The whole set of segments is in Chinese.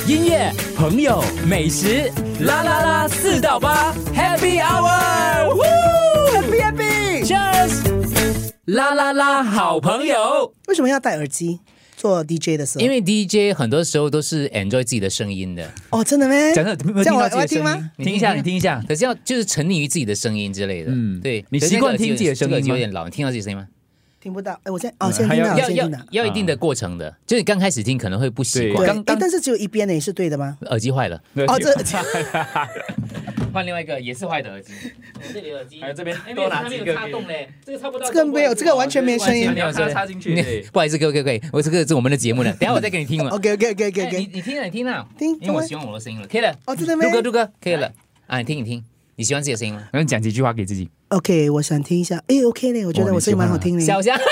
音乐、朋友、美食，啦啦啦4到8 Happy Hour，Happy Happy，Cheers， 啦啦啦，好朋友。 为什么要戴耳机做 DJ 的时候？ 因为 DJ 很多时候都是 enjoy 自己的声音的。 哦，真的咩？ 讲的没有听到自己的声音吗？ 听一下，你听一下。 可是要就是沉溺于自己的声音之类的。对， 你习惯听自己的声音吗？ 这个有点老，你听到自己的声音吗？ 听不到。我现在现在听到，现在听到。 要一定的过程的，就是你刚开始听可能会不习惯。 但是只有一边的也是对的吗？ 耳机坏了。 哦，这换另外一个也是坏的耳机。这里耳机， 还有这边多拿几个。插洞嘞，这个插不到。 这个没有，这个完全没声音。 你要插进去。 不好意思，各位，我这个是我们的节目呢，等下我再给你听了。 OK， 你听了， 听， 因为我喜欢我的声音了，可以了。 哦，真的吗？ 杜哥，可以了。啊，你听，你喜欢自己的声音吗？ 然后讲几句话给自己。 OK， 我想听一下。OK 嘞，我觉得我声音蛮好听的。 小香。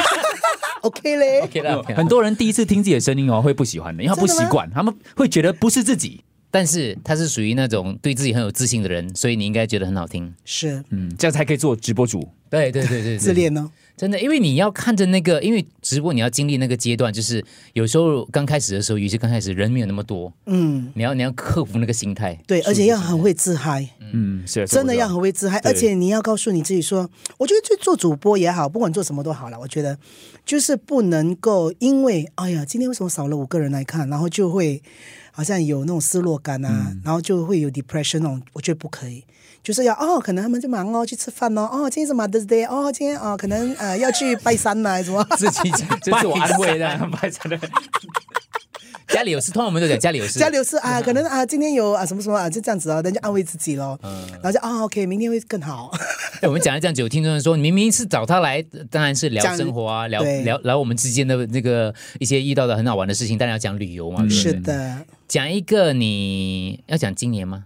OK 嘞 ，OK 了。 很多人第一次听自己的声音会不喜欢的，因为他不习惯，他们会觉得不是自己。 但是他是属于那种对自己很有自信的人，所以你应该觉得很好听。 是， 这样才可以做直播主。 对， 自恋哦。 真的，因为你要看着那个，因为直播你要经历那个阶段，就是有时候刚开始的时候，尤其刚开始人没有那么多，你要克服那个心态， 对，而且要很会自嗨， 是真的要很会自嗨，而且你要告诉你自己说，我觉得做主播也好，不管做什么都好了，我觉得就是不能够因为哎呀，今天为什么少了5个人来看，然后就会好像有那种失落感啊，然后就会有 depression 那种，我觉得不可以。就是要可能他们就忙去吃饭今天是 Mother's Day 今天可能要去拜山呐什么， 自己自我安慰的拜山的。家里有事，通常我们都讲家里有事可能今天有什么什么就这样子人家安慰自己咯，然后就OK 明天会更好。 我们讲了这样久，听众说你明明是找他来，当然是聊生活啊，聊我们之间的那个一些遇到的很好玩的事情，当然要讲旅游嘛。 是的， 讲一个你要讲今年吗？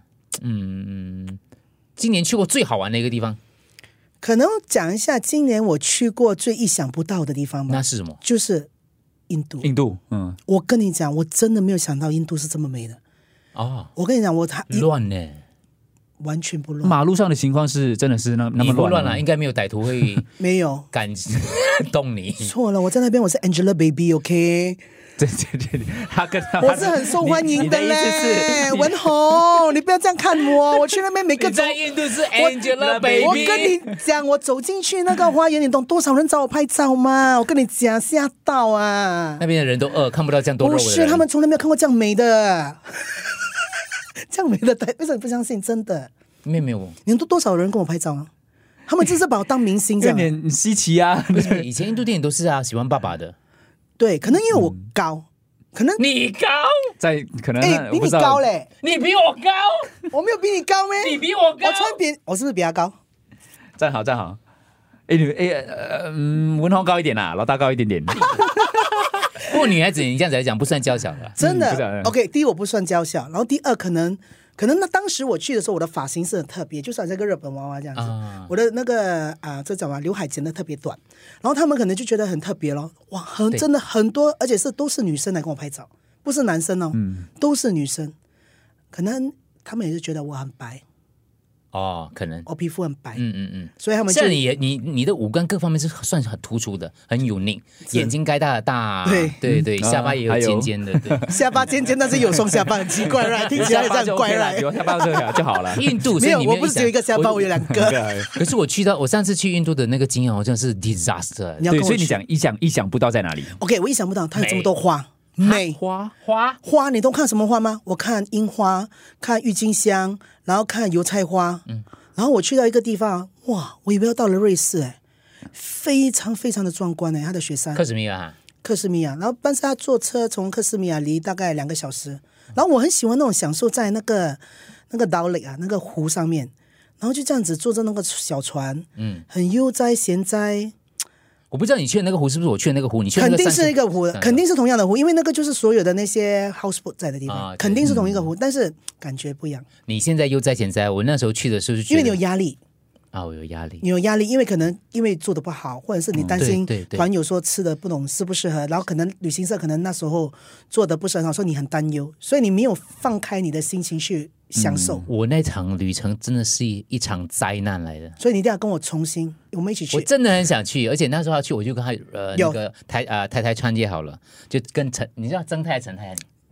今年去过最好玩的一个地方， 可能讲一下今年我去过最意想不到的地方吧。 那是什么？ 就是印度。我跟你讲，我真的没有想到印度是这么美的。我跟你讲， 乱呢， 完全不乱。 马路上的情况是真的是那么乱了，应该没有歹徒会没有敢动你。 错了，我在那边我是 Angelababy，OK。 对， 我是很受欢迎的嘞，文宏，你不要这样看我去那边每个在印度是 Angelababy， 我跟你讲，我走进去那个花园，你懂多少人找我拍照吗？我跟你讲，吓到啊！ 那边的人都看不到这样多肉的人， 不是，他们从来没有看过这样美的，这样美的，为什么不相信？真的， 没有， 你们多少人跟我拍照啊？他们就是把我当明星这样， 有点稀奇啊。 以前印度电影都是喜欢爸爸的。 对，可能因为我高，可能你高， 可能比你高嘞， 你比我高， 我没有比你高咩？ 你比我高， 我是不是比他高？ 站好。文宏高一点啦，老大高一点点。 不过女孩子你这样子来讲不算娇小的， 真的。OK， 第一我不算娇小，然后第二可能那当时我去的时候，我的发型是很特别，就像这个日本娃娃这样子，我的那个这叫什么刘海剪得特别短，然后他们可能就觉得很特别咯。哇，真的很多，而且都是女生来跟我拍照，不是男生都是女生，可能他们也是觉得我很白。 可能我皮肤很白，所以他们就你的五官各方面是算是很突出的，很unique，眼睛该大的大，对，下巴也有尖尖的，对， 下巴尖尖，但是有双下巴很奇怪，right？ 听起来这样怪，right？ 有下巴就好了。 印度没有，我不是只有一个下巴，我有2个。 可是我上次去印度的那个经验好像是 disaster， 对，所以你讲意想不到在哪里 ？OK， 我意想不到它有这么多花。美花，你都看什么花吗？我看樱花，看郁金香，然后看油菜花。然后我去到一个地方，哇，我以为要到了瑞士，非常非常的壮观它的雪山。 克什米尔， 然后但是他坐车从克什米尔离大概2个小时。然后我很喜欢那种享受在那个岛垒那个湖上面，然后就这样子坐着那个小船，很悠哉闲哉。 我不知道你去的那个湖是不是我去的那个湖？你去的那个肯定是一个湖，肯定是同样的湖，因为那个就是所有的那些 houseboat 在的地方，肯定是同一个湖，但是感觉不一样。 你现在悠哉闲哉，我那时候去的时候就觉得， 因为你有压力我有压力， 你有压力，因为做的不好，或者是你担心团友说吃的不懂适不适合，然后可能旅行社可能那时候做的不是很好，所以你很担忧，所以你没有放开你的心情去享受。 我那场旅程真的是一场灾难来的， 所以你一定要跟我我们一起去。 我真的很想去，而且那时候要去，我就跟他那个太太穿接好了，就跟你知道曾太陈太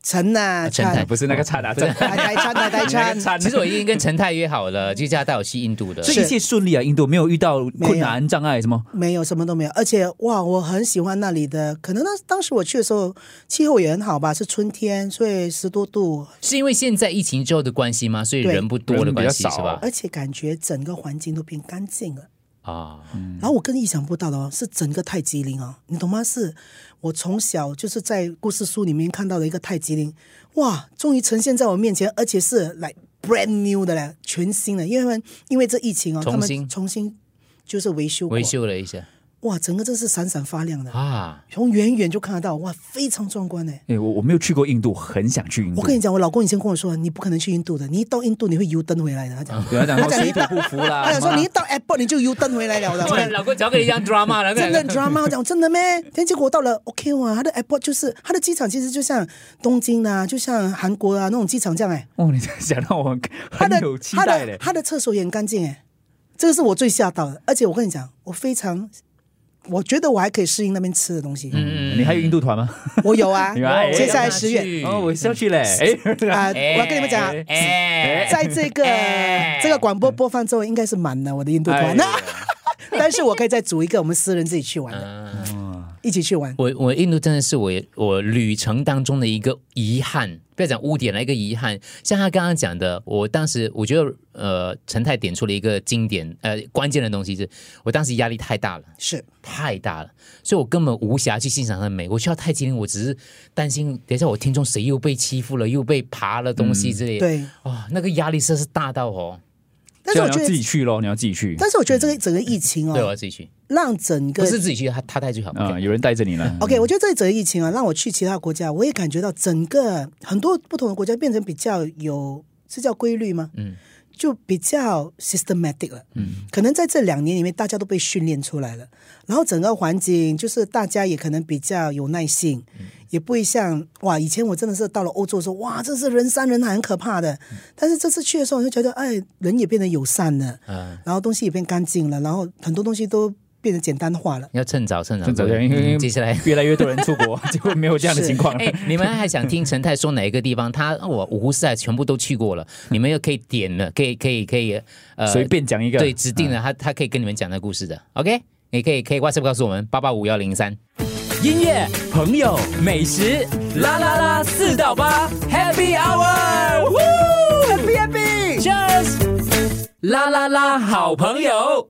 陈呐， 陈太不是那个灿啊， 台餐。 其实我已经跟陈太约好了，接下来带我去印度的， 所以一切顺利啊。印度没有遇到困难障碍什么？ 没有，什么都没有。而且哇，我很喜欢那里的，可能当时我去的时候气候也很好吧，是春天，所以10多度。 是因为现在疫情之后的关系吗？所以人不多的关系是吧？ 而且感觉整个环境都变干净了。 然后我更意想不到的是整个泰姬陵你懂吗？是我从小就是在故事书里面看到的一个泰姬陵，哇，终于呈现在我面前，而且是like brand new 的嘞，全新的，因为这疫情他们重新就是维修了一下。 哇，整个真是闪闪发亮的从远远就看得到，哇，非常壮观我没有去过印度，很想去印度。 我跟你讲，我老公以前跟我说，你不可能去印度的，你一到印度你会 U 登回来的。他讲水土不服啦。 他讲说你一到 airport 你就 U 登回来了的。 对，老公讲给你一样 drama 了， 真的 drama。我讲真的咩？结果我到了 OK 哇，他的 airport 就是他的机场，其实就像东京啊，就像韩国啊那种机场这样你想让我很有期待嘞。 他的厕所也很干净这个是我最吓到的。而且我跟你讲，我觉得我还可以适应那边吃的东西。 你还有印度团吗？ 我有啊，接下来10月我是要去嘞。 我要跟你们讲在这个广播播放之后应该是满了我的印度团但是我可以再组一个我们私人自己去玩的一起去玩。 我印度真的是我旅程当中的一个遗憾，不要讲污点了，一个遗憾。像他刚刚讲的，我当时我觉得陈太点出了一个经典关键的东西，是我当时压力太大了， 是太大了，所以我根本无暇去欣赏它的美。我去到泰姬陵，我只是担心等一下我听众谁又被欺负了，又被扒了东西之类的。 对那个压力实在是大到但是我觉得你要自己去咯，你要自己去。 但是我觉得这个整个疫情对，我要自己去， 让整个不是自己去，他带最好。 有人带着你了。 OK， 我觉得这整个疫情让我去其他国家，我也感觉到整个很多不同的国家变成比较是叫规律吗？就比较 systematic 了。可能在这2年里面，大家都被训练出来了，然后整个环境就是大家也可能比较有耐性，也不会像以前我真的是到了欧洲的时候，哇，这是人山人海，很可怕的。但是这次去的时候，我就觉得，人也变得友善了，然后东西也变干净了，然后很多东西都变得简单化了。 要趁早， 因为接下来越来越多人出国，结果没有这样的情况。 你们还想听陈太说哪一个地方？我五湖四海全部都去过了，你们又可以点了，可以随便讲一个， 对，指定了他可以跟你们讲那故事的。OK， 你可以 WhatsApp 告诉我们8851003。 音乐、朋友、美食，啦啦啦4到8 Happy Hour，Happy Happy，Cheers，啦啦啦好朋友。